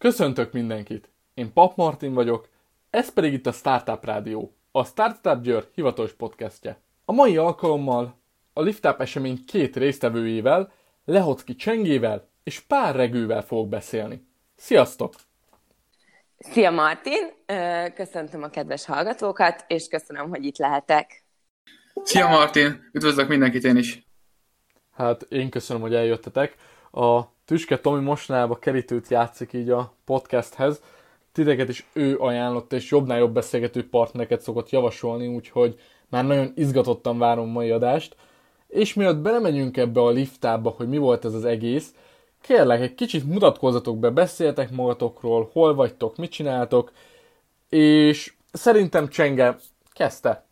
Köszöntök mindenkit! Én Pap Martin vagyok, ez pedig itt a Startup Rádió, a Startup Győr hivatalos podcastje. A mai alkalommal a Liftup esemény két résztvevőjével, Lehocki Csengével és Pál Regővel fogok beszélni. Sziasztok! Szia Martin! Köszöntöm a kedves hallgatókat, és köszönöm, hogy itt lehetek. Szia Martin! Üdvözlök mindenkit én is! Hát én köszönöm, hogy eljöttetek. A Tüske Tomi mostanában kerítőt játszik így a podcasthez. Titeket is ő ajánlott, és jobbnál jobb beszélgető partnereket szokott javasolni, úgyhogy már nagyon izgatottan várom mai adást. És mielőtt belemegyünk ebbe a Liftupba, hogy mi volt ez az egész, kérlek, egy kicsit mutatkozzatok be, beszéltek magatokról, hol vagytok, mit csináltok, és szerintem Csenge kezdte.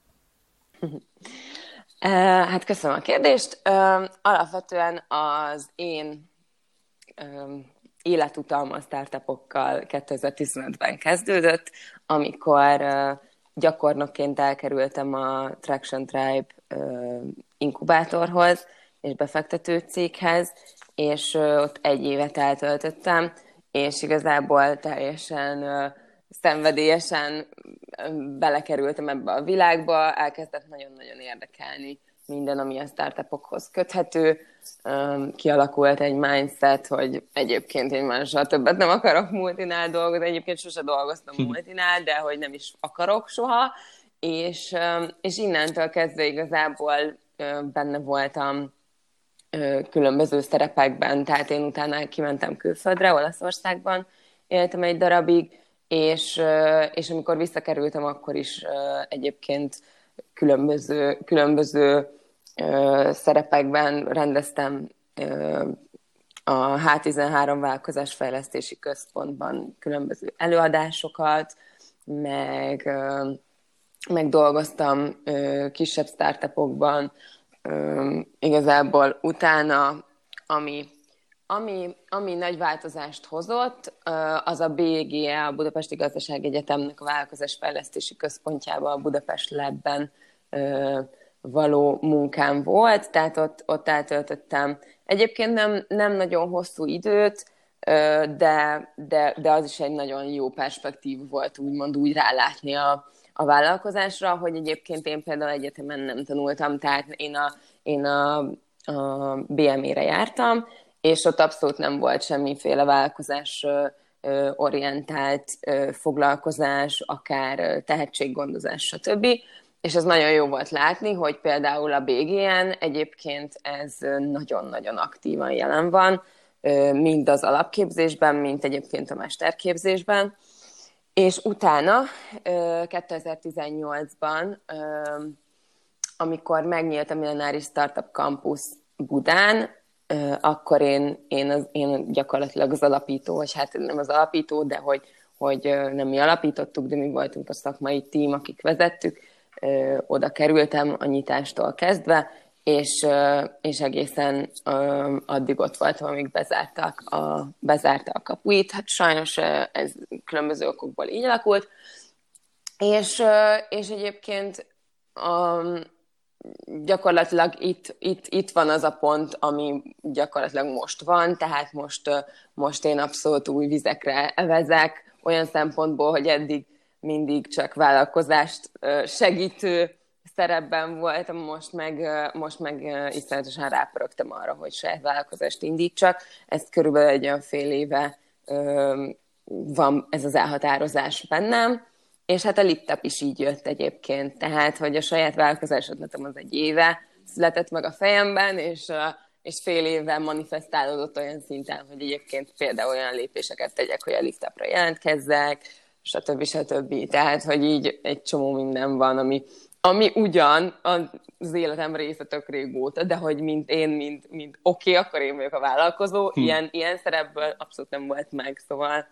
Hát köszönöm a kérdést. Alapvetően az én életutam a startupokkal 2015-ben kezdődött, amikor gyakornokként elkerültem a Traction Tribe inkubátorhoz és befektető céghez, és ott egy évet eltöltöttem, és igazából teljesen szenvedélyesen belekerültem ebbe a világba, elkezdett nagyon-nagyon érdekelni minden, ami a startupokhoz köthető. Kialakult egy mindset, hogy egyébként én már soha többet nem akarok multinál dolgozni, egyébként sose dolgoztam multinál, de hogy nem is akarok soha, és innentől kezdve igazából benne voltam különböző szerepekben, tehát én utána kimentem külföldre, Olaszországban éltem egy darabig, és amikor visszakerültem, akkor is egyébként különböző szerepekben rendeztem a H13 vállalkozásfejlesztési központban különböző előadásokat, meg dolgoztam kisebb startupokban. Igazából utána, ami nagy változást hozott, az a BGE, a Budapesti Gazdaságegyetemnek a vállalkozásfejlesztési központjában, a Budapest Labben való munkám volt, tehát ott eltöltöttem egyébként nem nagyon hosszú időt, de az is egy nagyon jó perspektív volt, úgymond úgy rálátni a vállalkozásra, hogy egyébként én például egyetemen nem tanultam, tehát én a BME-re jártam, és ott abszolút nem volt semmiféle vállalkozás orientált foglalkozás, akár tehetséggondozás, stb. És ez nagyon jó volt látni, hogy például a BGN egyébként ez nagyon-nagyon aktívan jelen van, mind az alapképzésben, mind egyébként a mesterképzésben. És utána, 2018-ban, amikor megnyílt a Millenáris Startup Campus Budán, akkor én gyakorlatilag az alapító, vagy hát nem az alapító, de hogy nem mi alapítottuk, de mi voltunk a szakmai tím, akik vezettük, oda kerültem a nyitástól kezdve, és egészen addig ott voltam, amíg bezárta a kapuit. Hát sajnos ez különböző okokból így alakult. És egyébként gyakorlatilag itt van az a pont, ami gyakorlatilag most van, tehát most én abszolút új vizekre vezek, olyan szempontból, hogy eddig mindig csak vállalkozást segítő szerepben voltam, most meg iszonyatosan rápörögtem arra, hogy saját vállalkozást indítsak. Ez körülbelül egy olyan fél éve van ez az elhatározás bennem, és hát a Liftup is így jött egyébként. Tehát, hogy a saját vállalkozás ötletem az egy éve született meg a fejemben, és fél évvel manifestálódott olyan szinten, hogy egyébként például olyan lépéseket tegyek, hogy a Liftupra jelentkezzek, stb. Tehát, hogy így egy csomó minden van, ami ugyan az életem része tök régóta, de hogy mint oké, akkor én vagyok a vállalkozó, ilyen szerepből abszolút nem volt meg, szóval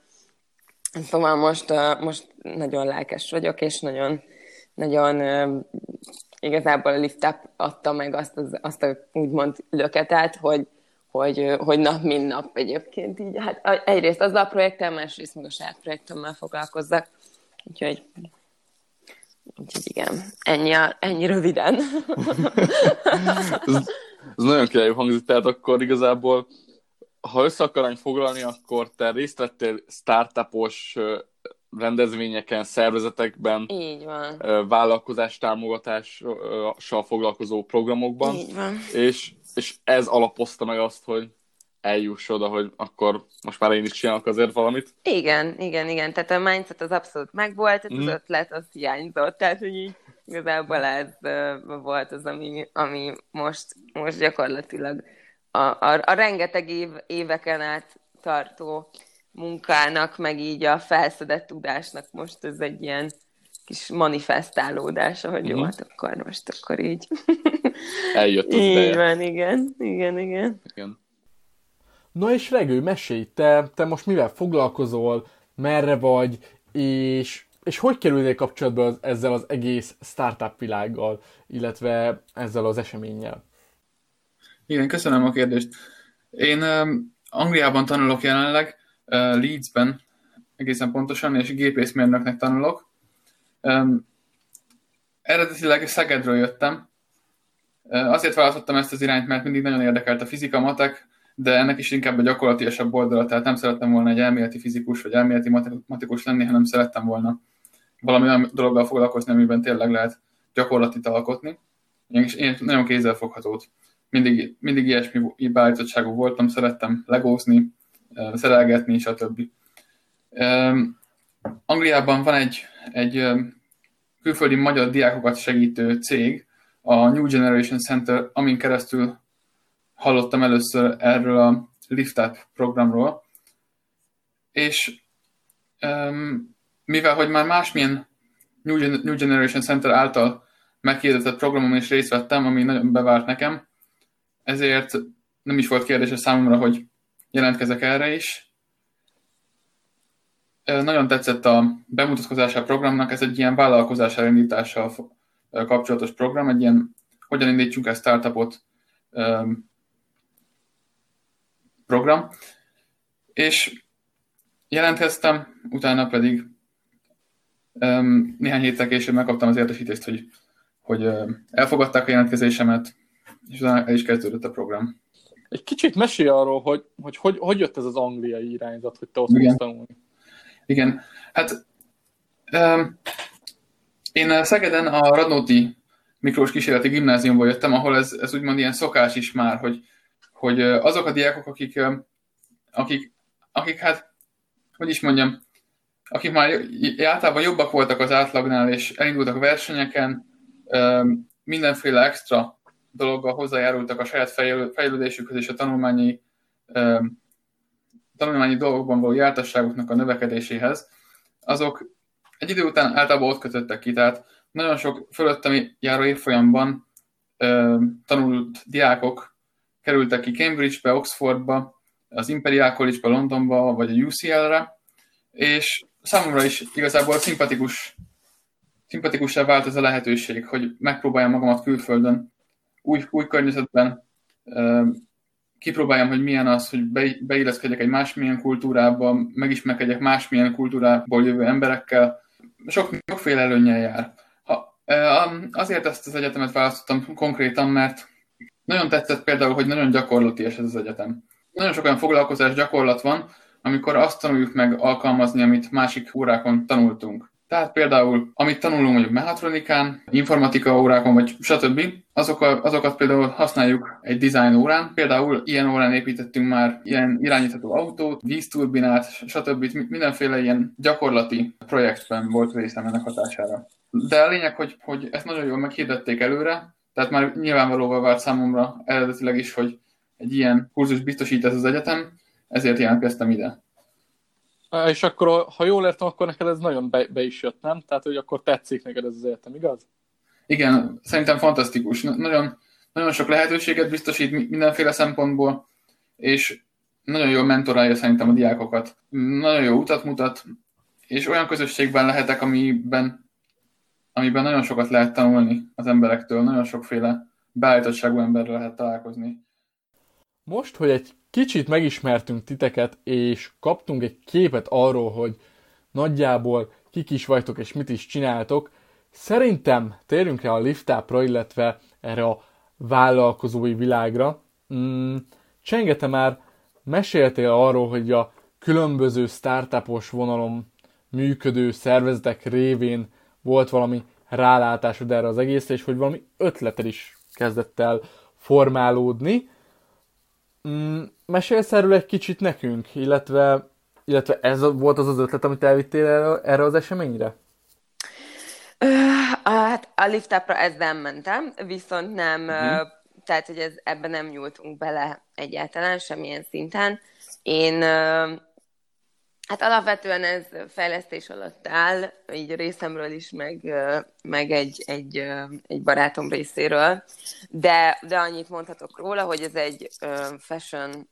most nagyon lelkes vagyok, és nagyon igazából a Liftup adta meg azt a úgymond löketet, hogy nap mint nap egyébként így. Hát egyrészt azzal a projekttel, másrészt meg a saját projektemmel foglalkozzak. Úgyhogy igen, ennyi röviden. Ez nagyon királyú hangzik, tehát akkor igazából ha össze akarnánk foglalni, akkor te részt vettél startupos rendezvényeken, szervezetekben, Így van. Vállalkozás támogatással foglalkozó programokban, Így van. és ez alapozta meg azt, hogy eljuss oda, hogy akkor most már én is csinálok azért valamit. Igen. Tehát a mindset az abszolút megvolt, az ötlet az hiányzott. Tehát, hogy így igazából ez volt az, ami most gyakorlatilag a rengeteg éveken át tartó munkának, meg így a felszedett tudásnak most ez egy ilyen kis manifestálódása, hogy jó, hát akkor így. Eljött az ideje. Így van, igen. Na és Regő, mesélj, te most mivel foglalkozol, merre vagy, és hogy kerültél kapcsolatba ezzel az egész startup világgal, illetve ezzel az eseménnyel? Igen, köszönöm a kérdést. Én Angliában tanulok jelenleg, Leedsben egészen pontosan, és gépészmérnöknek tanulok. Eredetileg Szegedről jöttem. Azért választottam ezt az irányt, mert mindig nagyon érdekelt a fizika, matek, de ennek is inkább a gyakorlatiasabb oldala, tehát nem szerettem volna egy elméleti fizikus vagy elméleti matematikus lenni, hanem szerettem volna valami olyan dologgal foglalkozni, amiben tényleg lehet gyakorlatit alkotni. Én nagyon kézzelfoghatót. Mindig ilyesmi beállítottságú voltam, szerettem legózni, szerelgetni, stb. Angliában van egy külföldi magyar diákokat segítő cég, a New Generation Center, amin keresztül hallottam először erről a Lift Up programról, és mivel hogy már másmilyen New Generation Center által meghirdetett programon is részt vettem, ami nagyon bevált nekem, ezért nem is volt kérdés számomra, hogy jelentkezek erre is. Nagyon tetszett a bemutatkozása a programnak, ez egy ilyen vállalkozás elindítással kapcsolatos program, egy ilyen hogyan indítsunk el startupot program, és jelentkeztem, utána pedig néhány héttel később megkaptam az értesítést, hogy elfogadták a jelentkezésemet, és utána el is kezdődött a program. Egy kicsit mesélj arról, hogy jött ez az angliai irányzat, hogy te ott fogsz tanulni. Igen, hát én Szegeden a Radnóti Miklós Kísérleti Gimnáziumból jöttem, ahol ez úgymond ilyen szokás is már, hogy azok a diákok, akik hát, hogy is mondjam, akik már általában jobbak voltak az átlagnál, és elindultak a versenyeken, mindenféle extra dologgal hozzájárultak a saját fejlődésükhöz és a tanulmányi dolgokban való jártasságuknak a növekedéséhez, azok egy idő után általában ott kötöttek ki, tehát nagyon sok fölöttem járó évfolyamban tanult diákok kerültek ki Cambridge-be, Oxfordba, az Imperial College-ba, Londonba, vagy a UCL-re, és számomra is igazából szimpatikussá vált ez a lehetőség, hogy megpróbáljam magamat külföldön, új környezetben, kipróbáljam, hogy milyen az, hogy beilleszkedjek egy másmilyen kultúrába, megismerkedjek másmilyen kultúrából jövő emberekkel. Sokféle előnnyel jár. Azért ezt az egyetemet választottam konkrétan, mert nagyon tetszett például, hogy nagyon gyakorlatias ez az egyetem. Nagyon sok olyan foglalkozás gyakorlat van, amikor azt tanuljuk meg alkalmazni, amit másik órákon tanultunk. Tehát például, amit tanulunk mondjuk mechatronikán, informatika órákon, vagy stb., azokat például használjuk egy design órán. Például ilyen órán építettünk már ilyen irányítható autót, vízturbinát, stb. Mindenféle ilyen gyakorlati projektben volt részem ennek hatására. De a lényeg, hogy ezt nagyon jól meghirdették előre, tehát már nyilvánvalóvá vált számomra eredetileg is, hogy egy ilyen kurzus biztosít ez az egyetem, ezért jelentkeztem ide. És akkor, ha jól értem, akkor neked ez nagyon be is jött, nem? Tehát, hogy akkor tetszik neked ez az egyetem, igaz? Igen, szerintem fantasztikus. Nagyon, nagyon sok lehetőséget biztosít mindenféle szempontból, és nagyon jól mentorálja szerintem a diákokat. Nagyon jó utat mutat, és olyan közösségben lehetek, amiben nagyon sokat lehet tanulni az emberektől, nagyon sokféle beállítottságú emberrel lehet találkozni. Most, hogy egy kicsit megismertünk titeket, és kaptunk egy képet arról, hogy nagyjából kik is vagytok, és mit is csináltok, szerintem térjünk rá a Lift Up-ra, illetve erre a vállalkozói világra. Csengete már meséltél arról, hogy a különböző startupos vonalon működő szervezetek révén volt valami rálátásod erre az egészre, és hogy valami ötleted is kezdett el formálódni. Mesélsz erről egy kicsit nekünk, illetve ez volt az az ötlet, amit elvittél erre az eseményre? Hát a liftupra ezzel mentem, viszont nem, tehát hogy ebben nem nyúltunk bele egyáltalán, semmilyen szinten. Én, hát alapvetően ez fejlesztés alatt áll, így részemről is, meg egy barátom részéről, de annyit mondhatok róla, hogy ez egy fashion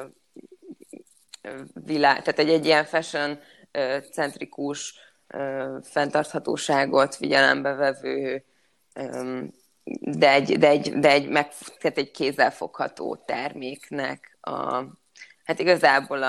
világ, tehát egy ilyen fashion centrikus, fenntarthatóságot figyelembe vevő, de egy kézzelfogható terméknek hát igazából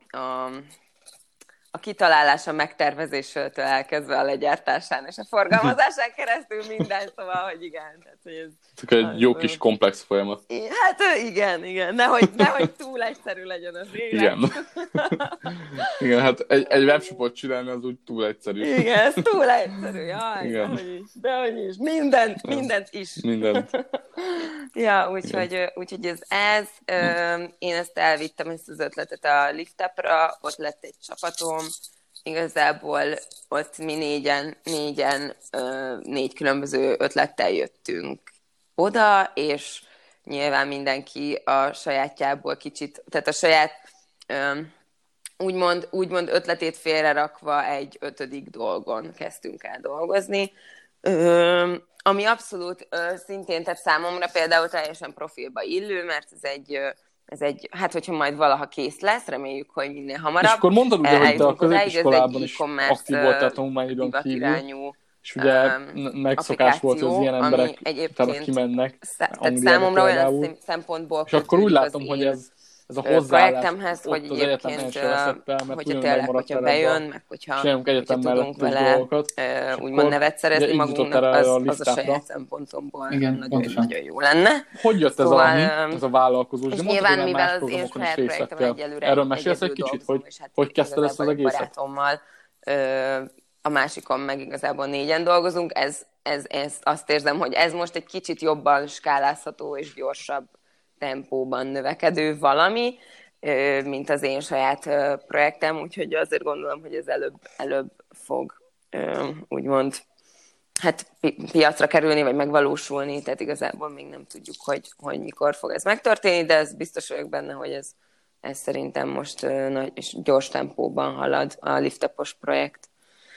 a kitalálása, megtervezésétől elkezdve a legyártásán és a forgalmazásán keresztül minden, szóval, hogy igen. Tehát, hogy ez egy jó kis komplex folyamat. Hát igen. Nehogy túl egyszerű legyen az élet. Igen. Igen, hát egy webshopot csinálni az úgy túl egyszerű. Igen, ez túl egyszerű. Jaj, dehogy is. Mindent is. Mindent. Ja, úgyhogy ez. Én ezt elvittem, ezt az ötletet a Liftupra, ott lett egy csapatom, igazából ott mi négyen 4 különböző ötlettel jöttünk oda, és nyilván mindenki a sajátjából kicsit, tehát a saját úgymond ötletét félrerakva egy 5. dolgon kezdtünk el dolgozni. Ami abszolút szintén, tehát számomra például teljesen profilba illő, mert ez egy, hát hogyha majd valaha kész lesz, reméljük, hogy minél hamarabb. És akkor mondtad ugye, hogy te a középiskolában is aktív voltál tanulmányidőn kívül, és ugye megszokás volt, hogy az ilyen emberek kimennek. Tehát számomra olyan szempontból... És akkor úgy látom, hogy ez a hozzáállás hogy az egyetemen sem veszett el, mert hogyha bejön, meg hogyha tudunk vele úgymond nevet szerezni magunknak, az a saját szempontomból nagyon jó lenne. Hogy jött ez a vállalkozó? És nyilván, mivel az én saját projektem egyelőre erről mesélsz egy kicsit, hogy kezdted ezt az egészet? Barátommal, a másikon meg igazából 4-en dolgozunk, ez azt érzem, hogy ez most egy kicsit jobban skálázható és gyorsabb tempóban növekedő valami, mint az én saját projektem, úgyhogy azért gondolom, hogy ez előbb fog úgymond hát piacra kerülni, vagy megvalósulni, tehát igazából még nem tudjuk, hogy mikor fog ez megtörténni, de ez biztos vagyok benne, hogy ez szerintem most nagy és gyors tempóban halad a liftupos projekt.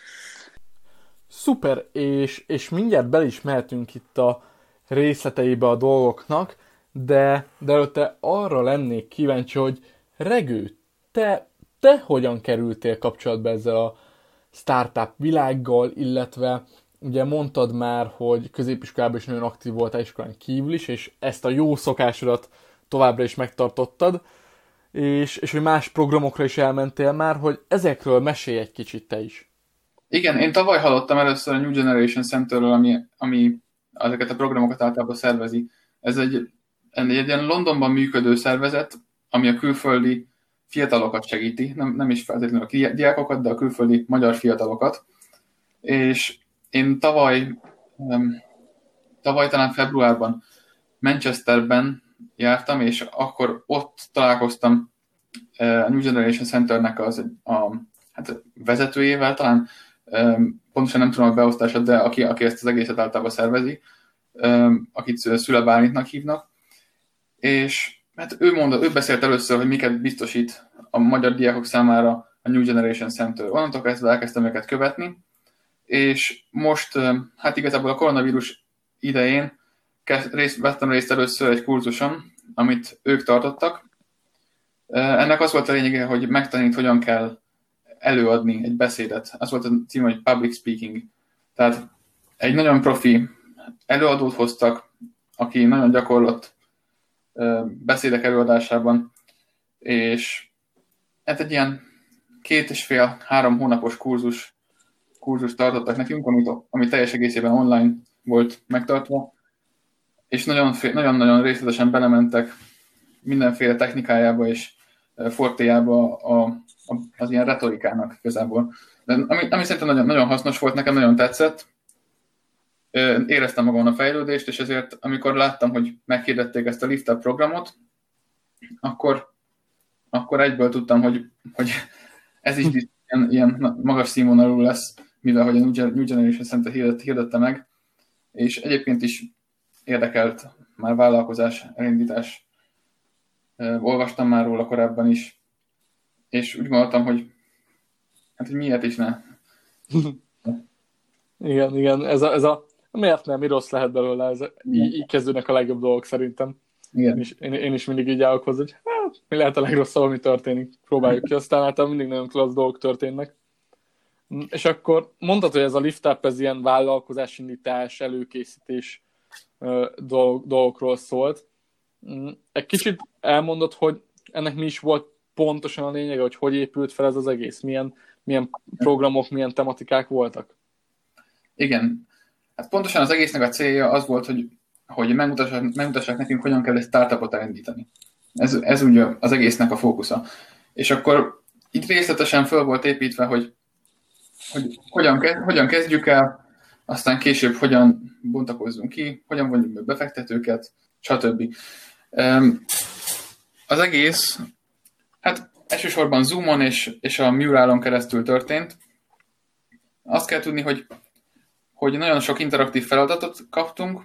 Szuper, és mindjárt bele is mehetünk itt a részleteibe a dolgoknak, de előtte arra lennék kíváncsi, hogy Regő, te hogyan kerültél kapcsolatba ezzel a startup világgal, illetve ugye mondtad már, hogy középiskolában is nagyon aktív voltál iskolán kívül is, és ezt a jó szokásodat továbbra is megtartottad, és hogy más programokra is elmentél már, hogy ezekről mesélj egy kicsit te is. Igen, én tavaly hallottam először a New Generation Centerről, ami ezeket a programokat általában szervezi. Ez egy ilyen Londonban működő szervezet, ami a külföldi fiatalokat segíti, nem is feltétlenül a diákokat, de a külföldi magyar fiatalokat. És én tavaly talán februárban Manchesterben jártam, és akkor ott találkoztam a New Generation Centernek hát vezetőjével, talán pontosan nem tudom a beosztását, de aki ezt az egészet általában szervezi, akit Szüle Bálintnak hívnak. És hát ő beszélt először, hogy miket biztosít a magyar diákok számára a New Generation Center. Onnantól kezdve elkezdtem őket követni, és most hát igazából a koronavírus idején vettem részt először egy kurzuson, amit ők tartottak. Ennek az volt a lényege, hogy megtanít, hogyan kell előadni egy beszédet. Az volt a cím, hogy Public Speaking. Tehát egy nagyon profi előadót hoztak, aki nagyon gyakorlott beszédek előadásában, és egy ilyen 2,5-3 hónapos kurzus tartottak nekünk, ami teljes egészében online volt megtartva, és nagyon-nagyon részletesen belementek mindenféle technikájába, és fortéjába az ilyen retorikának igazából. De ami szerintem nagyon, nagyon hasznos volt, nekem nagyon tetszett. Éreztem magamon a fejlődést, és ezért amikor láttam, hogy meghirdették ezt a Lift Up programot, akkor egyből tudtam, hogy ez is ilyen magas színvonalú lesz, mivel hogy a New Generation Center hirdette meg, és egyébként is érdekelt már vállalkozás, elindítás. Olvastam már róla korábban is, és úgy gondoltam, hogy miért is ne. Igen, ez a miért nem, mi rossz lehet belőle, így kezdődnek a legjobb dolgok szerintem. Igen. Én is mindig így állok hozzá, hogy mi lehet a legrosszabb, ami történik. Próbáljuk ki, aztán általában mindig nagyon klassz dolgok történnek. És akkor mondtad, hogy ez a Lift Up, ez ilyen vállalkozásindítás, előkészítés dolgokról szólt. Egy kicsit elmondod, hogy ennek mi is volt pontosan a lényege, hogy épült fel ez az egész? Milyen programok, milyen tematikák voltak? Igen. Hát pontosan az egésznek a célja az volt, hogy megmutassák nekünk, hogyan kell egy startupot elindítani. Ez ugye az egésznek a fókusza. És akkor itt részletesen föl volt építve, hogy hogyan kezdjük el, aztán később hogyan bontakozzunk ki, hogyan vonjuk meg befektetőket, stb. Az egész, hát elsősorban Zoomon és a Muralon keresztül történt. Azt kell tudni, hogy nagyon sok interaktív feladatot kaptunk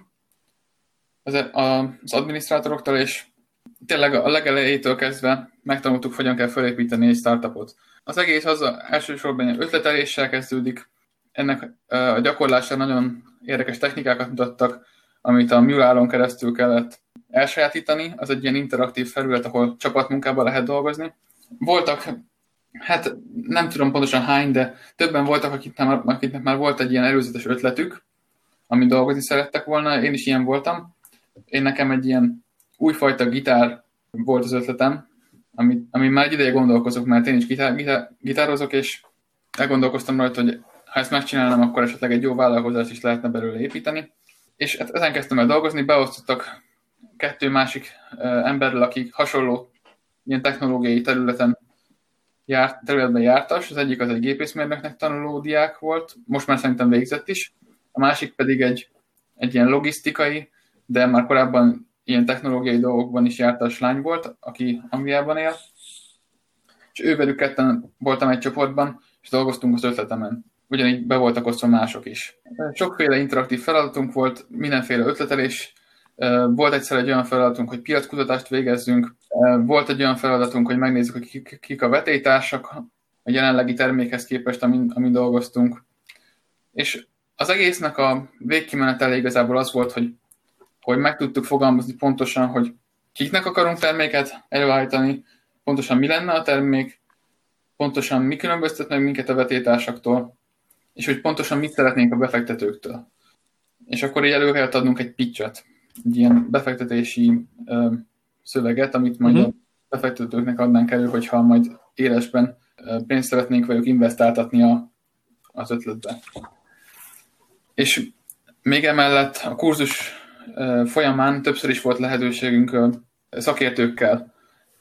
az adminisztrátoroktól, és tényleg a legelejétől kezdve megtanultuk, hogyan kell felépíteni egy startupot. Az egész elsősorban ötleteléssel kezdődik. Ennek a gyakorlásán nagyon érdekes technikákat mutattak, amit a Muralon keresztül kellett elsajátítani. Az egy ilyen interaktív felület, ahol csapatmunkában lehet dolgozni. Voltak, hát nem tudom pontosan hány, de többen voltak, akiknek már volt egy ilyen előzetes ötletük, amit dolgozni szerettek volna. Én is ilyen voltam. Nekem egy ilyen újfajta gitár volt az ötletem, ami már egy ideje gondolkozok, mert én is gitározok, és elgondolkoztam rajta, hogy ha ezt megcsinálnám, akkor esetleg egy jó vállalkozást is lehetne belőle építeni. És ezen kezdtem el dolgozni, beosztottak 2 másik emberrel, akik hasonló ilyen technológiai területben jártas. Az egyik az egy gépészmérnöknek tanuló diák volt, most már szerintem végzett is. A másik pedig egy ilyen logisztikai, de már korábban ilyen technológiai dolgokban is jártas lány volt, aki Angliában él. És ővelük ketten voltam egy csoportban, és dolgoztunk az ötletemen. Ugyanígy be voltak osztva mások is. Sokféle interaktív feladatunk volt, mindenféle ötletelés. Volt egyszer egy olyan feladatunk, hogy piackutatást végezzünk. Volt egy olyan feladatunk, hogy megnézzük, hogy kik a vetélytársak a jelenlegi termékhez képest, amin dolgoztunk. És az egésznek a végkimenetele igazából az volt, hogy meg tudtuk fogalmazni pontosan, hogy kiknek akarunk terméket előállítani, pontosan mi lenne a termék, pontosan mi különböztet meg minket a vetélytársaktól, és hogy pontosan mit szeretnénk a befektetőktől. És akkor így elő kellett adnunk egy pitchet, egy ilyen befektetési szöveget, amit majd a befektetőknek adnánk elő, hogyha majd élesben pénzt szeretnénk velük investáltatni az ötletbe. És még emellett a kurzus folyamán többször is volt lehetőségünk szakértőkkel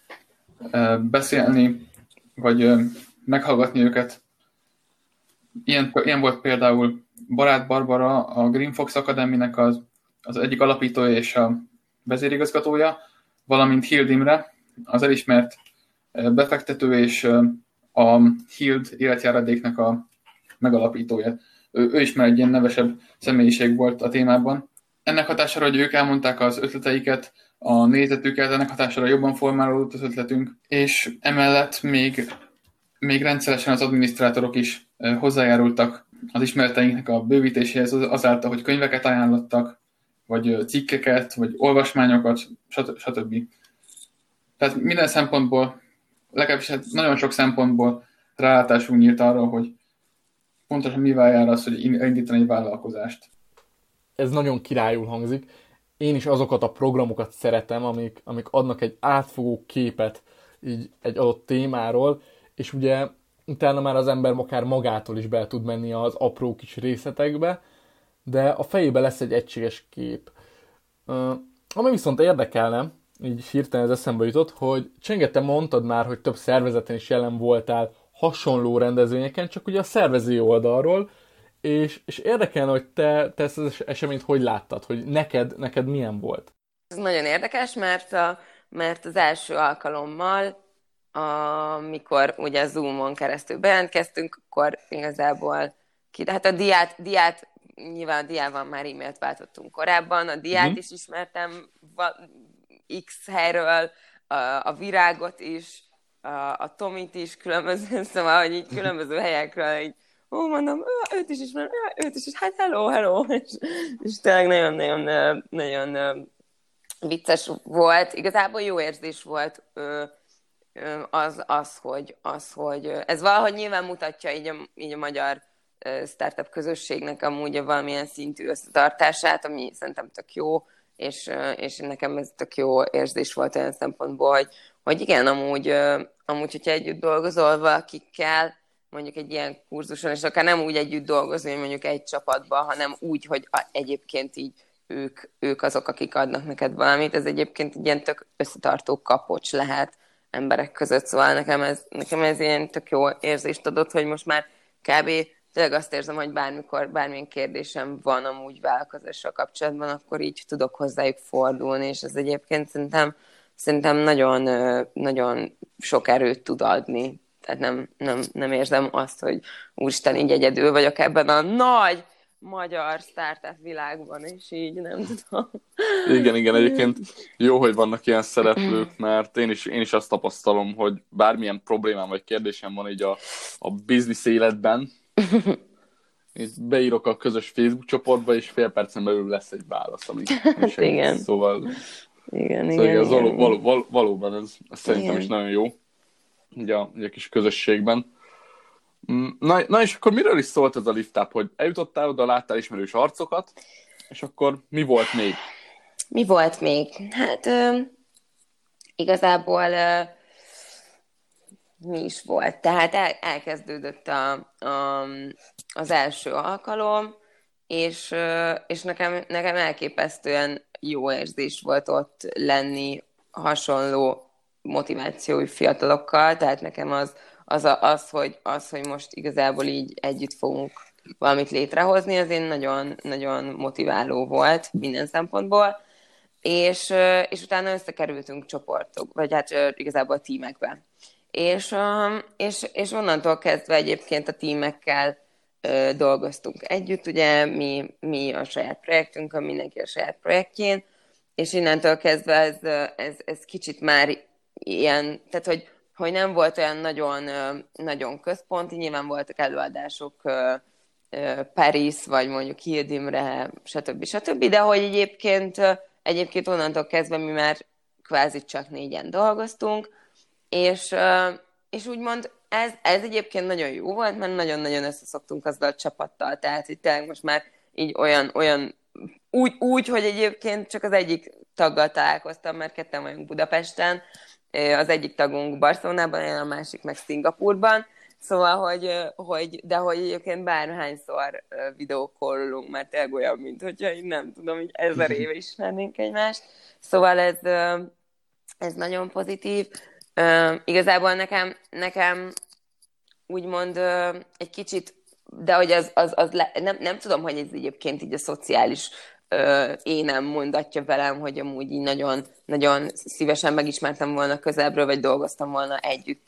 beszélni, vagy meghallgatni őket. Ilyen volt például Barát Barbara, a Green Fox Academy-nek az egyik alapítója és a vezérigazgatója, valamint Hild Imre, az elismert befektető és a Hild életjáradéknek a megalapítója. Ő is már egy ilyen nevesebb személyiség volt a témában. Ennek hatására, hogy ők elmondták az ötleteiket, a nézetüket, ennek hatására jobban formálódott az ötletünk, és emellett még rendszeresen az adminisztrátorok is hozzájárultak az ismereteinknek a bővítéséhez azáltal, hogy könyveket ajánlottak, vagy cikkeket, vagy olvasmányokat, stb. Tehát minden szempontból, legalábbis nagyon sok szempontból rálátásunk nyílt arra, hogy pontosan mivel jár az, hogy elindítani egy vállalkozást. Ez nagyon királyul hangzik. Én is azokat a programokat szeretem, amik adnak egy átfogó képet így egy adott témáról, és ugye utána már az ember akár magától is be tud menni az apró kis részletekbe, de a fejében lesz egy egységes kép. Ami viszont érdekelne, így hirtelen ez eszembe jutott, hogy Csenge, te mondtad már, hogy több szervezeten is jelen voltál hasonló rendezvényeken, csak ugye a szervezői oldalról, és érdekelne, hogy te ezt az eseményt hogy láttad, hogy neked milyen volt? Ez nagyon érdekes, mert az első alkalommal, amikor ugye Zoomon keresztül bejelentkeztünk, akkor igazából hát a diát nyilván a diával már e-mailt váltottunk korábban, a diát is ismertem X helyről, a Virágot is, a Tomit is különböző, szóval, hogy így különböző helyekről így, mondom, őt is ismerem, őt is, hát hello, és tényleg nagyon vicces volt. Igazából jó érzés volt hogy ez valahogy nyilván mutatja így a magyar startup közösségnek amúgy a valamilyen szintű összetartását, ami szerintem tök jó, és nekem ez tök jó érzés volt olyan szempontból, hogy igen, amúgy, hogyha együtt dolgozol valakikkel, mondjuk egy ilyen kurzuson, és akár nem úgy együtt dolgozni, hogy mondjuk egy csapatban, hanem úgy, hogy egyébként így ők azok, akik adnak neked valamit, ez egyébként egy ilyen tök összetartó kapocs lehet emberek között, szóval nekem ez ilyen tök jó érzést adott, hogy most már kb. Tényleg azt érzem, hogy bármilyen kérdésem van amúgy vállalkozással kapcsolatban, akkor így tudok hozzájuk fordulni, és ez egyébként szerintem nagyon, nagyon sok erőt tud adni. Tehát nem érzem azt, hogy úristen, így egyedül vagyok ebben a nagy magyar startup világban, és így nem tudom. Igen, egyébként jó, hogy vannak ilyen szereplők, mert én is azt tapasztalom, hogy bármilyen problémám vagy kérdésem van így a biznisz életben, és beírok a közös Facebook csoportba, és fél percen belül lesz egy válasz, ami segít. Igen. Szóval Igen. Valóban ez szerintem is nagyon jó, ugye a kis közösségben. Na és akkor miről is szólt ez a Lift Up, hogy eljutottál oda, láttál ismerős arcokat, és akkor mi volt még? Mi volt még? Hát igazából mi is volt. Tehát elkezdődött az első alkalom, és nekem elképesztően jó érzés volt ott lenni hasonló motivációi fiatalokkal, tehát nekem az, hogy most igazából így együtt fogunk valamit létrehozni, az én nagyon, nagyon motiváló volt minden szempontból, és utána összekerültünk csoportok, vagy hát igazából tímekbe. És onnantól kezdve egyébként a tímekkel dolgoztunk együtt, ugye mi a saját projektünkön, mindenki a saját projektjén, és innentől kezdve ez kicsit már ilyen, tehát hogy nem volt olyan nagyon, nagyon központi, nyilván voltak előadások Paris, vagy mondjuk Hildimre, stb. De hogy egyébként onnantól kezdve mi már kvázi csak 4-en dolgoztunk, és úgymond ez egyébként nagyon jó volt, mert nagyon-nagyon összeszoktunk azzal a csapattal, tehát itt tényleg most már így olyan úgy, hogy egyébként csak az egyik taggal találkoztam, mert ketten vagyunk Budapesten, az egyik tagunk Barcelonában, a másik meg Szingapurban, szóval, de hogy egyébként bárhányszor videókollunk, mert tényleg olyan, mint hogyha így nem tudom, így 1000 éve ismernénk egymást. Szóval ez nagyon pozitív. Igazából nekem úgymond egy kicsit, de hogy nem tudom, hogy ez egyébként így a szociális énem mondatja velem, hogy amúgy így nagyon, nagyon szívesen megismertem volna közelről, vagy dolgoztam volna együtt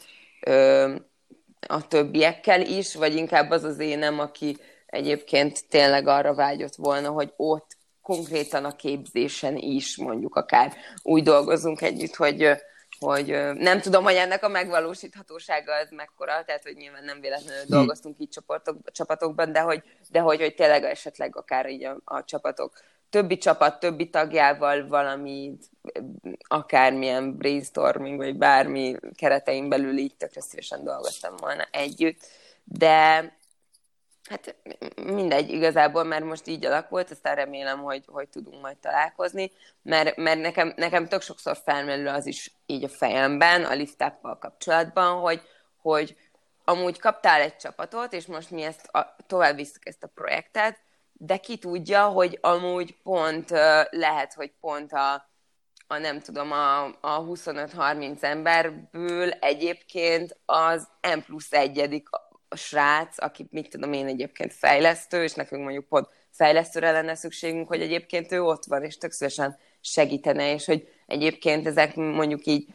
a többiekkel is, vagy inkább az énem, aki egyébként tényleg arra vágyott volna, hogy ott konkrétan a képzésen is mondjuk akár úgy dolgozunk együtt, hogy nem tudom, hogy ennek a megvalósíthatósága az mekkora, tehát hogy nyilván nem véletlenül dolgoztunk így csapatokban, de hogy tényleg esetleg akár így a csapatok többi tagjával valami, akármilyen brainstorming, vagy bármi keretein belül így tökre szívesen dolgoztam volna együtt, de hát mindegy igazából, mert most így alakult, aztán remélem, hogy tudunk majd találkozni, mert nekem tök sokszor felmerül az is így a fejemben, a Lift Up-val kapcsolatban, hogy amúgy kaptál egy csapatot, és most mi tovább visszük ezt a projektet, de ki tudja, hogy amúgy pont lehet, hogy pont nem tudom, a 25-30 emberből egyébként az N+1 a srác, aki mit tudom én egyébként fejlesztő, és nekünk mondjuk pont fejlesztőre lenne szükségünk, hogy egyébként ő ott van, és tök szívesen segítene, és hogy egyébként ezek mondjuk így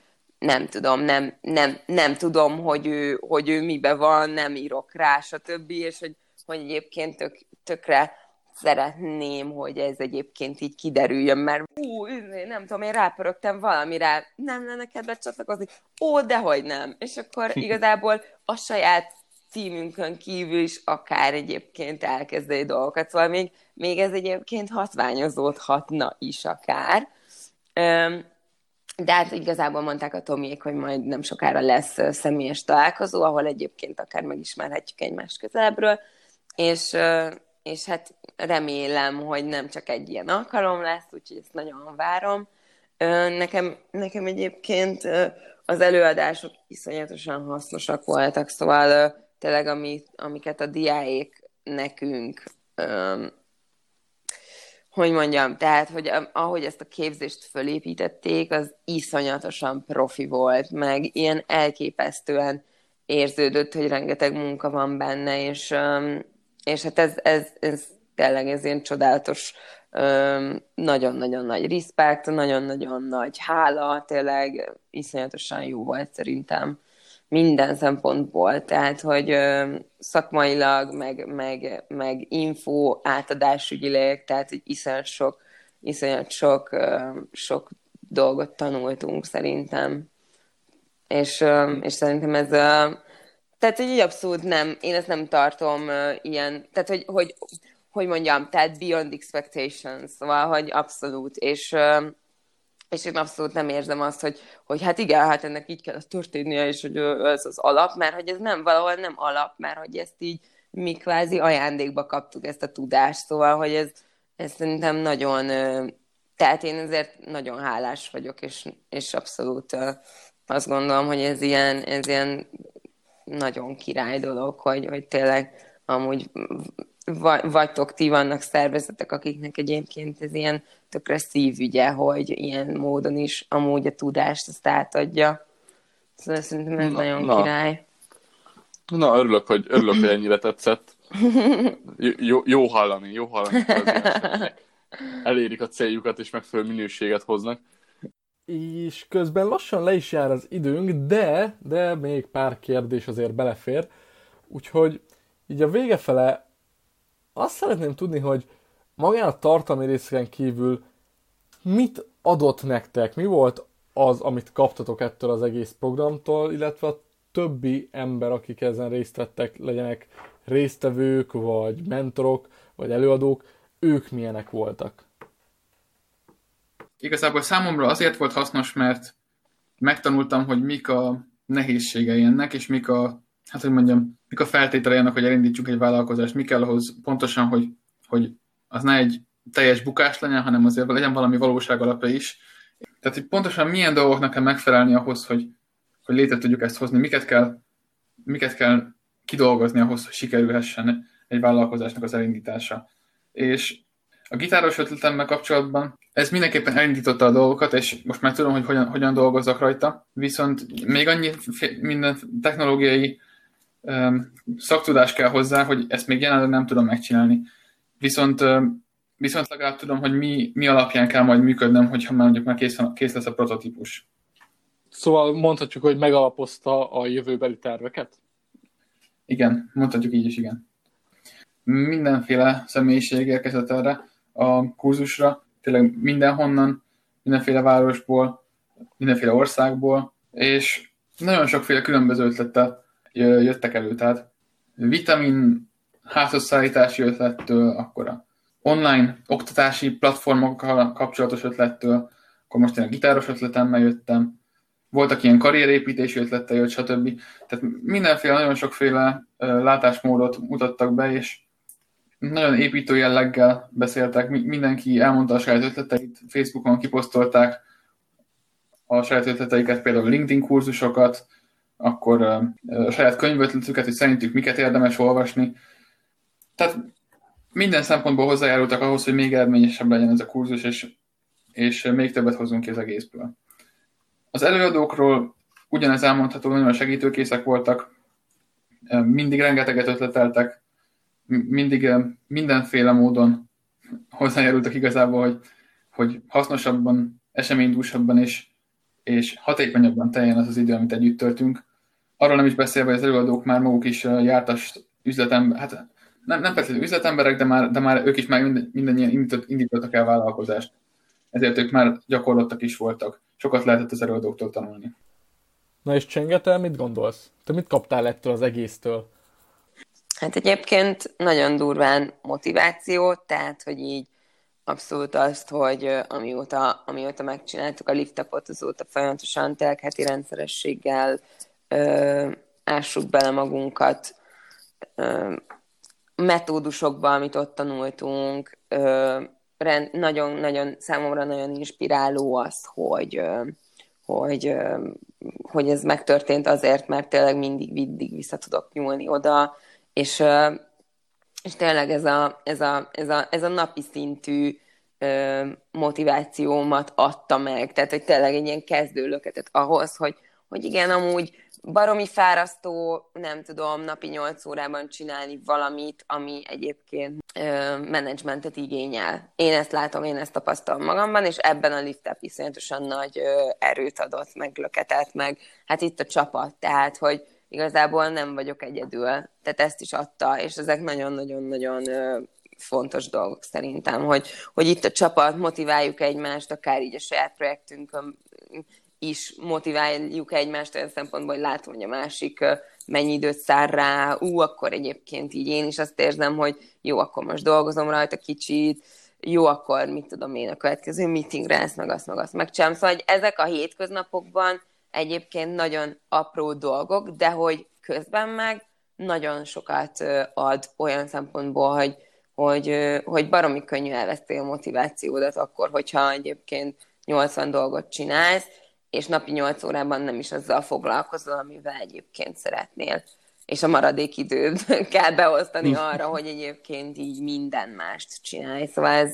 nem tudom, hogy ő mibe van, nem írok rá, stb. És hogy egyébként tökre szeretném, hogy ez egyébként így kiderüljön, mert nem tudom, én rápörögtem valamire, nem lenne kedved csatlakozni? Dehogy nem. És akkor igazából a saját címünkön kívül is akár egyébként elkezdeni dolgokat, szóval még ez egyébként hatványozódhatna is akár. De hát igazából mondták a Tomiék, hogy majd nem sokára lesz személyes találkozó, ahol egyébként akár megismerhetjük egymást közelebbről, és hát remélem, hogy nem csak egy ilyen alkalom lesz, úgyhogy ezt nagyon várom. Nekem egyébként az előadások iszonyatosan hasznosak voltak, szóval tényleg amiket a diáék nekünk, hogy mondjam, tehát, hogy ahogy ezt a képzést fölépítették, az iszonyatosan profi volt, meg ilyen elképesztően érződött, hogy rengeteg munka van benne, és hát ez tényleg ez ilyen csodálatos, nagyon-nagyon nagy respekt, nagyon-nagyon nagy hála, tényleg iszonyatosan jó volt szerintem minden szempontból, tehát, hogy szakmailag, meg info átadásügyileg, tehát, hogy iszonyat sok dolgot tanultunk szerintem. És szerintem ez tehát, hogy így abszolút nem, én ezt nem tartom ilyen, tehát, hogy mondjam, tehát beyond expectations, szóval, hogy abszolút, és én abszolút nem érzem azt, hogy hát igen, hát ennek így kell történnie, és hogy ez az alap, mert hogy ez valahol nem alap, mert hogy ezt így mi kvázi ajándékba kaptuk ezt a tudást, szóval, hogy ez szerintem nagyon, tehát én ezért nagyon hálás vagyok, és abszolút azt gondolom, hogy ez ilyen nagyon király dolog, hogy tényleg amúgy vagytok ti, vannak szervezetek, akiknek egyébként ez ilyen tökre szívügye, hogy ilyen módon is amúgy a tudást azt átadja. Szóval szerintem ez nagyon király. Na, örülök, hogy ennyire tetszett. Jó hallani, hogy elérik a céljukat és megfelelő minőséget hoznak. És közben lassan le is jár az időnk, de még pár kérdés azért belefér. Úgyhogy így a vége fele azt szeretném tudni, hogy magán a tartalmi részeken kívül mit adott nektek? Mi volt az, amit kaptatok ettől az egész programtól, illetve a többi ember, akik ezen részt vettek, legyenek résztvevők, vagy mentorok, vagy előadók, ők milyenek voltak? Igazából számomra azért volt hasznos, mert megtanultam, hogy mik a nehézségei ennek, és mik a feltételei annak, hogy elindítsuk egy vállalkozást, mi kell ahhoz pontosan, hogy az ne egy teljes bukás legyen, hanem azért legyen valami valóság alapja is. Tehát, hogy pontosan milyen dolgoknak kell megfelelni ahhoz, hogy létre tudjuk ezt hozni, miket kell kidolgozni ahhoz, hogy sikerülhessen egy vállalkozásnak az elindítása. És a gitáros ötletemmel kapcsolatban ez mindenképpen elindította a dolgokat, és most már tudom, hogy hogyan dolgozzak rajta, viszont még annyi minden technológiai szaktudás kell hozzá, hogy ezt még jelenleg nem tudom megcsinálni. Viszont legalább tudom, hogy mi alapján kell majd működnöm, hogyha már mondjuk már kész lesz a prototípus. Szóval mondhatjuk, hogy megalapozta a jövőbeli terveket? Igen, mondhatjuk így is, igen. Mindenféle személyiség érkezett erre a kurzusra, tényleg mindenhonnan, mindenféle városból, mindenféle országból, és nagyon sokféle különböző ötlettel jöttek elő, tehát vitamin házhozszállítási ötlettől, akkor a online oktatási platformokkal kapcsolatos ötlettől, akkor most én a gitáros ötletemmel jöttem, voltak ilyen karrierépítési ötlettel jött, stb. Tehát mindenféle, nagyon sokféle látásmódot mutattak be, és nagyon építő jelleggel beszéltek, mindenki elmondta a saját ötleteit, Facebookon kiposztolták a saját ötleteiket, például LinkedIn kurzusokat, akkor a saját könyvötletüket, hogy szerintük miket érdemes olvasni. Tehát minden szempontból hozzájárultak ahhoz, hogy még eredményesebb legyen ez a kurzus, és és még többet hozzunk ki az egészből. Az előadókról ugyanez elmondható, nagyon segítőkészek voltak, mindig rengeteget ötleteltek, mindig mindenféle módon hozzájárultak igazából, hogy hasznosabban, eseménydúsabban és hatékonyabban teljen az idő, amit együtt töltünk. Arról nem is beszélve, hogy az előadók már maguk is jártas üzletemberek, hát nem feltétlenül üzletemberek, de már ők is már mindannyian indítottak el vállalkozást. Ezért ők már gyakorlottak is voltak. Sokat lehetett az előadóktól tanulni. Na és Csenge, mit gondolsz? Te mit kaptál ettől az egésztől? Hát egyébként nagyon durván motiváció, tehát, hogy így abszolút azt, hogy amióta megcsináltuk a liftupot, azóta folyamatosan tényleg heti rendszerességgel ássuk bele magunkat metódusokba, amit ott tanultunk. Nagyon, számomra nagyon inspiráló az, hogy ez megtörtént azért, mert tényleg mindig vissza tudok nyúlni oda, és tényleg ez a napi szintű motivációmat adta meg. Tehát, hogy tényleg egy ilyen kezdőlöketet ahhoz, hogy igen, amúgy baromi fárasztó, nem tudom, napi 8 órában csinálni valamit, ami egyébként menedzsmentet igényel. Én ezt látom, én ezt tapasztalom magamban, és ebben a lift-up iszonyatosan nagy erőt adott, meg löketet, meg hát itt a csapat, tehát, hogy igazából nem vagyok egyedül. Tehát ezt is adta, és ezek nagyon-nagyon-nagyon fontos dolgok szerintem, hogy itt a csapat, motiváljuk egymást, akár így a saját projektünkön is motiváljuk egymást olyan szempontból, hogy látom, hogy a másik mennyi időt szár rá, akkor egyébként így én is azt érzem, hogy jó, akkor most dolgozom rajta kicsit, jó, akkor mit tudom én a következő meetingre ezt meg azt megcsinálom. Szóval, hogy ezek a hétköznapokban egyébként nagyon apró dolgok, de hogy közben meg nagyon sokat ad olyan szempontból, hogy baromi könnyű elveszti a motivációdat akkor, hogyha egyébként 80 dolgot csinálsz, és napi 8 órában nem is azzal foglalkozol, amivel egyébként szeretnél. És a maradék időt kell beosztani arra, hogy egyébként így minden mást csinálj. Szóval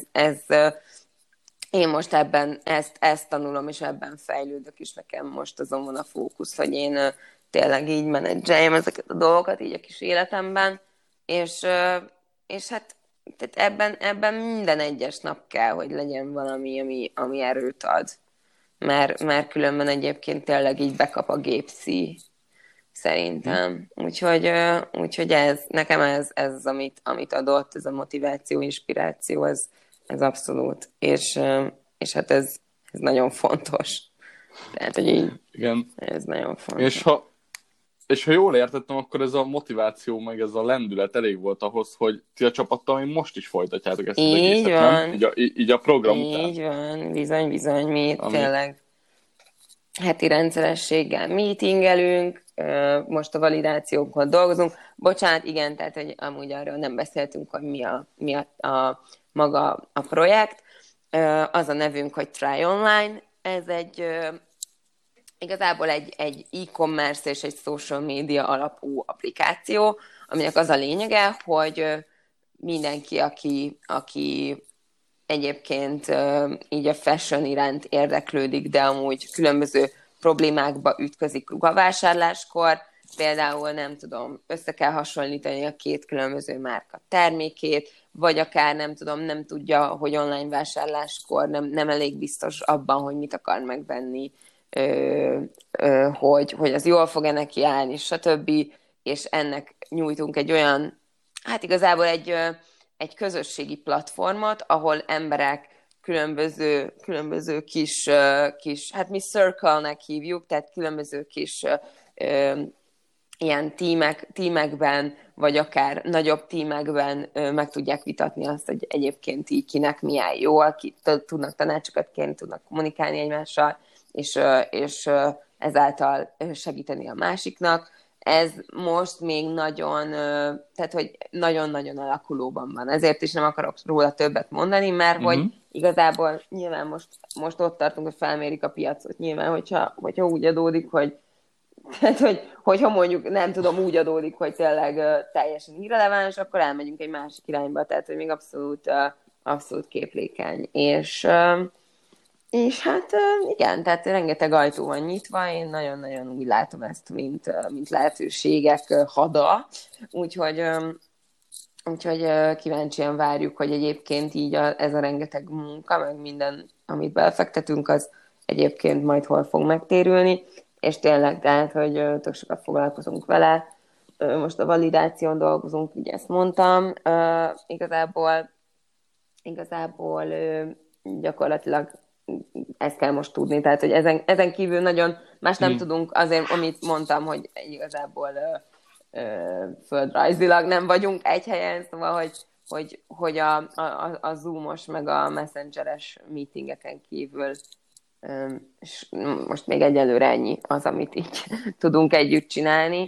én most ebben ezt tanulom, és ebben fejlődök, és nekem most azon van a fókusz, hogy én tényleg így menedzseljem ezeket a dolgokat így a kis életemben, és hát tehát ebben minden egyes nap kell, hogy legyen valami, ami erőt ad. Mert különben egyébként tényleg így bekap a gépszi, szerintem. Úgyhogy nekem ez az, amit adott, ez a motiváció, inspiráció, ez abszolút. És hát ez nagyon fontos. Tehát, hogy így, igen. Ez nagyon fontos. És ha jól értettem, akkor ez a motiváció, meg ez a lendület elég volt ahhoz, hogy ti a csapattal még most is folytatjátok ezt az egészet, nem? Így a program után. Így van, bizony, mi tényleg heti rendszerességgel meetingelünk, most a validációkon dolgozunk. Bocsánat, igen, tehát, hogy amúgy arról nem beszéltünk, hogy mi a maga a projekt. Az a nevünk, hogy Try Online. Ez igazából egy e-commerce és egy social media alapú applikáció, aminek az a lényege, hogy mindenki, aki egyébként így a fashion iránt érdeklődik, de amúgy különböző problémákba ütközik ruhavásárláskor, például nem tudom, össze kell hasonlítani a két különböző márka termékét, vagy akár nem tudja, hogy online vásárláskor nem elég biztos abban, hogy mit akar megvenni, hogy az jól fog-e neki állni, stb. És ennek nyújtunk egy olyan, hát igazából egy közösségi platformot, ahol emberek különböző kis, hát mi circle-nek hívjuk, tehát különböző kis ilyen tímekben, vagy akár nagyobb tímekben meg tudják vitatni azt, hogy egyébként így kinek mi áll jól, tudnak tanácsokat kérni, tudnak kommunikálni egymással, és ezáltal segíteni a másiknak. Ez most még tehát hogy nagyon-nagyon alakulóban van. Ezért is nem akarok róla többet mondani, mert hogy igazából nyilván most ott tartunk, hogy felmérik a piacot. Nyilván, hogyha úgy adódik, tehát, hogyha mondjuk nem tudom, úgy adódik, hogy tényleg teljesen irreleváns, akkor elmegyünk egy másik irányba, tehát hogy még abszolút képlékeny. És hát igen, tehát rengeteg ajtó van nyitva, én nagyon-nagyon úgy látom ezt, mint lehetőségek hada, úgyhogy kíváncsian várjuk, hogy egyébként így ez a rengeteg munka, meg minden, amit belefektetünk, az egyébként majd hol fog megtérülni, és tényleg, tehát, hogy tök sokat foglalkozunk vele, most a validáción dolgozunk, így ezt mondtam, igazából gyakorlatilag ezt kell most tudni, tehát, hogy ezen kívül nagyon más nem tudunk, azért, amit mondtam, hogy igazából földrajzilag nem vagyunk egy helyen, szóval, hogy a Zoom-os meg a Messengeres meetingeken kívül és most még egyelőre ennyi az, amit így tudunk együtt csinálni.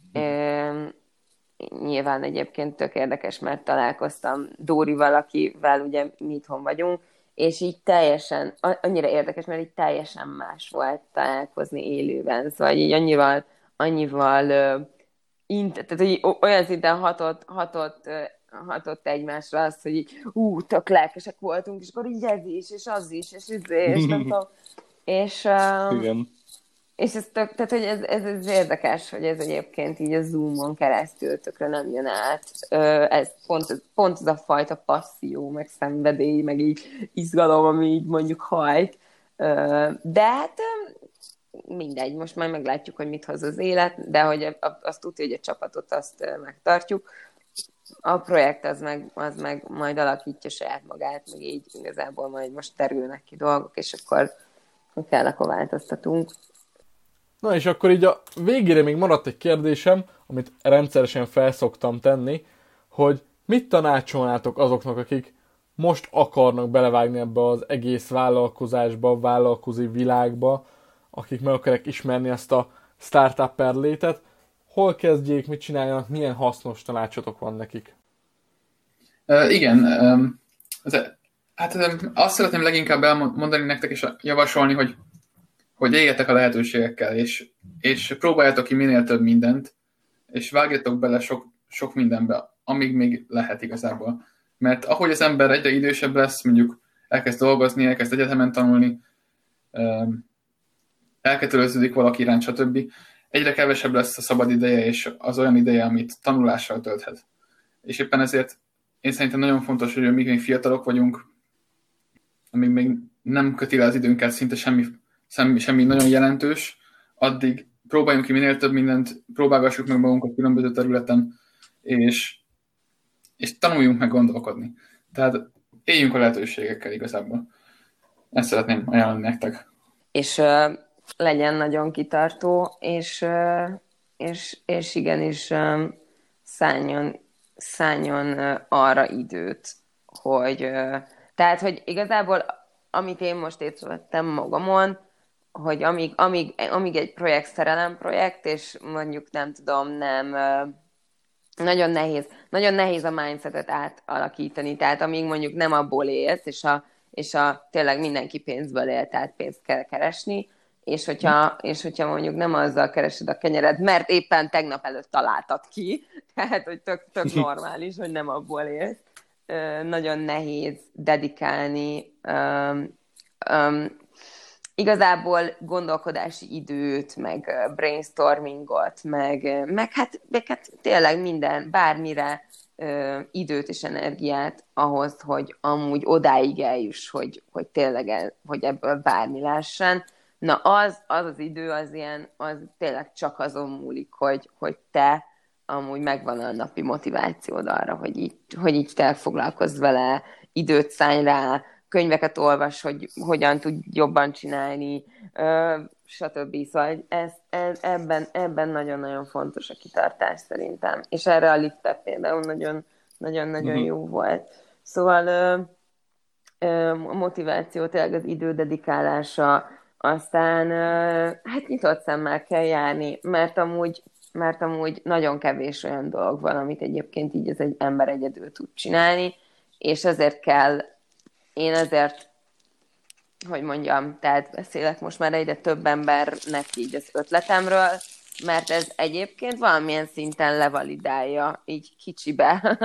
Nyilván egyébként tök érdekes, mert találkoztam Dórival, akivel ugye mi itthon vagyunk, és így teljesen, annyira érdekes, mert így teljesen más volt találkozni élőben, szóval így annyival tehát hogy olyan szinten hatott egymásra az, hogy így, tök lelkesek voltunk, és akkor így ez is, és az is, és nem tudom. És, igen. És tehát, hogy ez érdekes, hogy ez egyébként így a Zoom-on keresztül tökre nem jön át. Ez pont az a fajta passzió, meg szenvedély, meg így izgalom, ami így mondjuk hajt. De hát mindegy, most már meglátjuk, hogy mit hoz az élet, de hogy azt tudja, hogy a csapatot azt megtartjuk. A projekt az meg majd alakítja saját magát, meg így igazából majd most terülnek ki dolgok, és akkor kell, akkor változtatunk. Na és akkor így a végére még maradt egy kérdésem, amit rendszeresen felszoktam tenni, hogy mit tanácsolnátok azoknak, akik most akarnak belevágni ebbe az egész vállalkozásba, vállalkozói világba, akik meg akarják ismerni ezt a startupper létet, hol kezdjék, mit csináljanak, milyen hasznos tanácsotok van nekik? Igen, hát azt szeretném leginkább elmondani nektek és javasolni, hogy éljetek a lehetőségekkel, és próbáljátok ki minél több mindent, és vágjatok bele sok mindenbe, amíg még lehet igazából. Mert ahogy az ember egyre idősebb lesz, mondjuk elkezd dolgozni, elkezd egyetemen tanulni, elköteleződik valaki iránt, stb. Egyre kevesebb lesz a szabad ideje, és az olyan ideje, amit tanulással tölthet. És éppen ezért én szerintem nagyon fontos, hogy még fiatalok vagyunk, amíg még nem köti le az időnket szinte semmi nagyon jelentős, addig próbáljunk ki minél több mindent, próbálgassuk meg magunkat különböző területen, és tanuljunk meg gondolkodni. Tehát éljünk a lehetőségekkel igazából. Ezt szeretném ajánlani nektek. És legyen nagyon kitartó, és igenis szálljon arra időt, hogy tehát, hogy igazából amit én most észrevettem magamon, hogy amíg egy projekt szerelemprojekt, és mondjuk nem tudom, nagyon nehéz a mindsetet átalakítani, tehát amíg mondjuk nem abból élsz, és tényleg mindenki pénzből él, tehát pénzt kell keresni, és hogyha mondjuk nem azzal keresed a kenyered, mert éppen tegnap előtt találtad ki, tehát hogy tök normális, hogy nem abból élsz, nagyon nehéz dedikálni igazából gondolkodási időt, meg brainstormingot, meg hát tényleg bármire időt és energiát ahhoz, hogy amúgy odáig eljuss, hogy tényleg hogy ebből bármi lehessen. Na az idő az tényleg csak azon múlik, hogy te amúgy megvan a napi motivációd arra, hogy így te foglalkozz vele, időt szállj rá, könyveket olvas, hogy hogyan tud jobban csinálni, stb. Szóval ebben nagyon-nagyon fontos a kitartás szerintem. És erre a Lift például nagyon jó volt. Szóval a motiváció, tényleg az idő dedikálása, aztán hát nyitott szemmel kell járni, mert amúgy nagyon kevés olyan dolog van, amit egyébként így az egy ember egyedül tud csinálni, és ezért, hogy mondjam, tehát beszélek most már egyre több embernek így az ötletemről, mert ez egyébként valamilyen szinten levalidálja így kicsibe,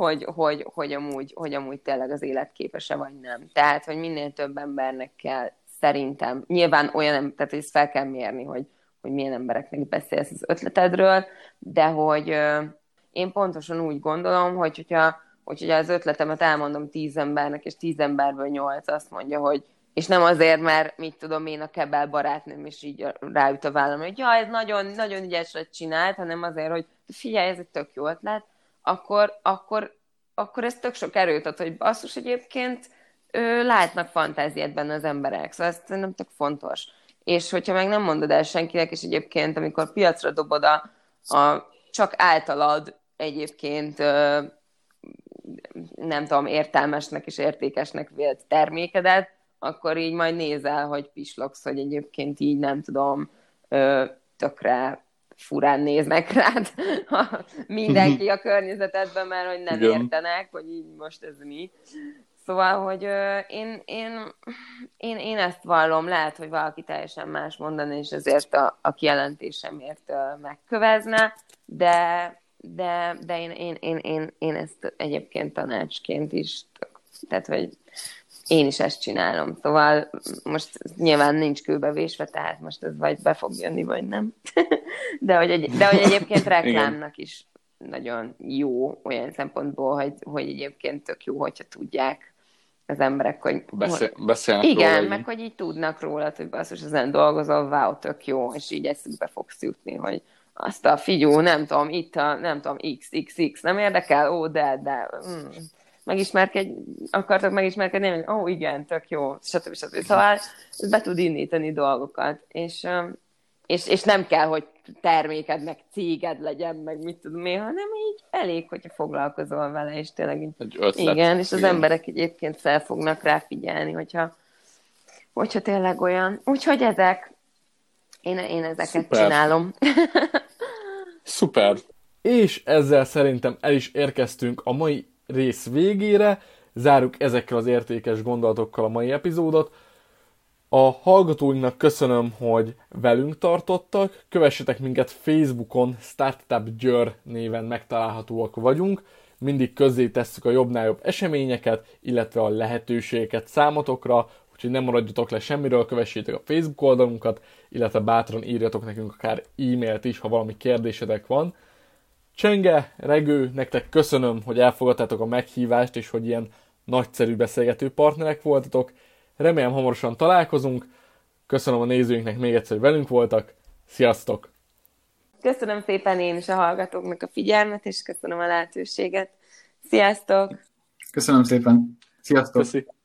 hogy amúgy tényleg az élet képes-e vagy nem. Tehát, hogy minél több embernek kell szerintem. Nyilván olyan, tehát hogy ezt fel kell mérni, hogy milyen embereknek beszélsz az ötletedről, de hogy én pontosan úgy gondolom, hogyha az ötletemet elmondom 10 embernek, és 10 emberből 8 azt mondja, hogy és nem azért, mert mit tudom én, a Kebel barátnőm, és így ráüt a vállam, hogy ja, ez nagyon, nagyon ügyesre csinált, hanem azért, hogy figyelj, ez egy tök jó ötlet, akkor ez tök sok erőt ad, hogy basszus egyébként látnak fantáziát benne az emberek, szóval ez nem tök fontos. És hogyha meg nem mondod el senkinek, és egyébként amikor piacra dobod a csak általad egyébként nem tudom, értelmesnek és értékesnek vélt termékedet, akkor így majd nézel, hogy pislogsz, hogy egyébként így nem tudom, tökre furán néznek rád mindenki a környezetedben, mert hogy nem értenek, hogy így most ez mi. Szóval, hogy én ezt vallom, lehet, hogy valaki teljesen más mondani, és ezért a kijelentésemért megkövezne, de én ezt egyébként tanácsként is, tehát, hogy én is ezt csinálom. Szóval most nyilván nincs kőbevésve, tehát most ez vagy be fog jönni, vagy nem. de hogy egyébként reklámnak is nagyon jó olyan szempontból, hogy egyébként tök jó, hogyha tudják az emberek, hogy... Beszélnek igen, róla, meg hogy így tudnak róla, hogy basszus, ezen dolgozol, wow, tök jó, és így eszükbe fogsz jutni, hogy azt a figyú, nem tudom, itt a, nem tudom, XXX, nem érdekel? Ó, de, akartok megismerkedni? Ó, igen, tök jó, stb. Szóval ez be tud indítani dolgokat, és nem kell, hogy termékednek, céged legyen, meg mit tudom én, hanem így elég, hogyha foglalkozol vele, és tényleg így, igen, és az emberek egyébként fel fognak rá figyelni, hogyha tényleg olyan. Úgyhogy én ezeket Szuper. Csinálom. Szuper. És ezzel szerintem el is érkeztünk a mai rész végére. Zárjuk ezekkel az értékes gondolatokkal a mai epizódot. A hallgatóinknak köszönöm, hogy velünk tartottak. Kövessetek minket Facebookon, Startup Győr néven megtalálhatóak vagyunk. Mindig közzé tesszük a jobbnál jobb eseményeket, illetve a lehetőségeket számotokra, úgyhogy nem maradjatok le semmiről, kövessétek a Facebook oldalunkat, illetve bátran írjatok nekünk akár e-mailt is, ha valami kérdésetek van. Csenge, Regő, nektek köszönöm, hogy elfogadtátok a meghívást, és hogy ilyen nagyszerű beszélgető partnerek voltatok. Remélem hamarosan találkozunk. Köszönöm a nézőinknek még egyszer, hogy velünk voltak. Sziasztok! Köszönöm szépen én is a hallgatóknak a figyelmet, és köszönöm a lehetőséget. Sziasztok! Köszönöm szépen! Sziasztok! Köszi.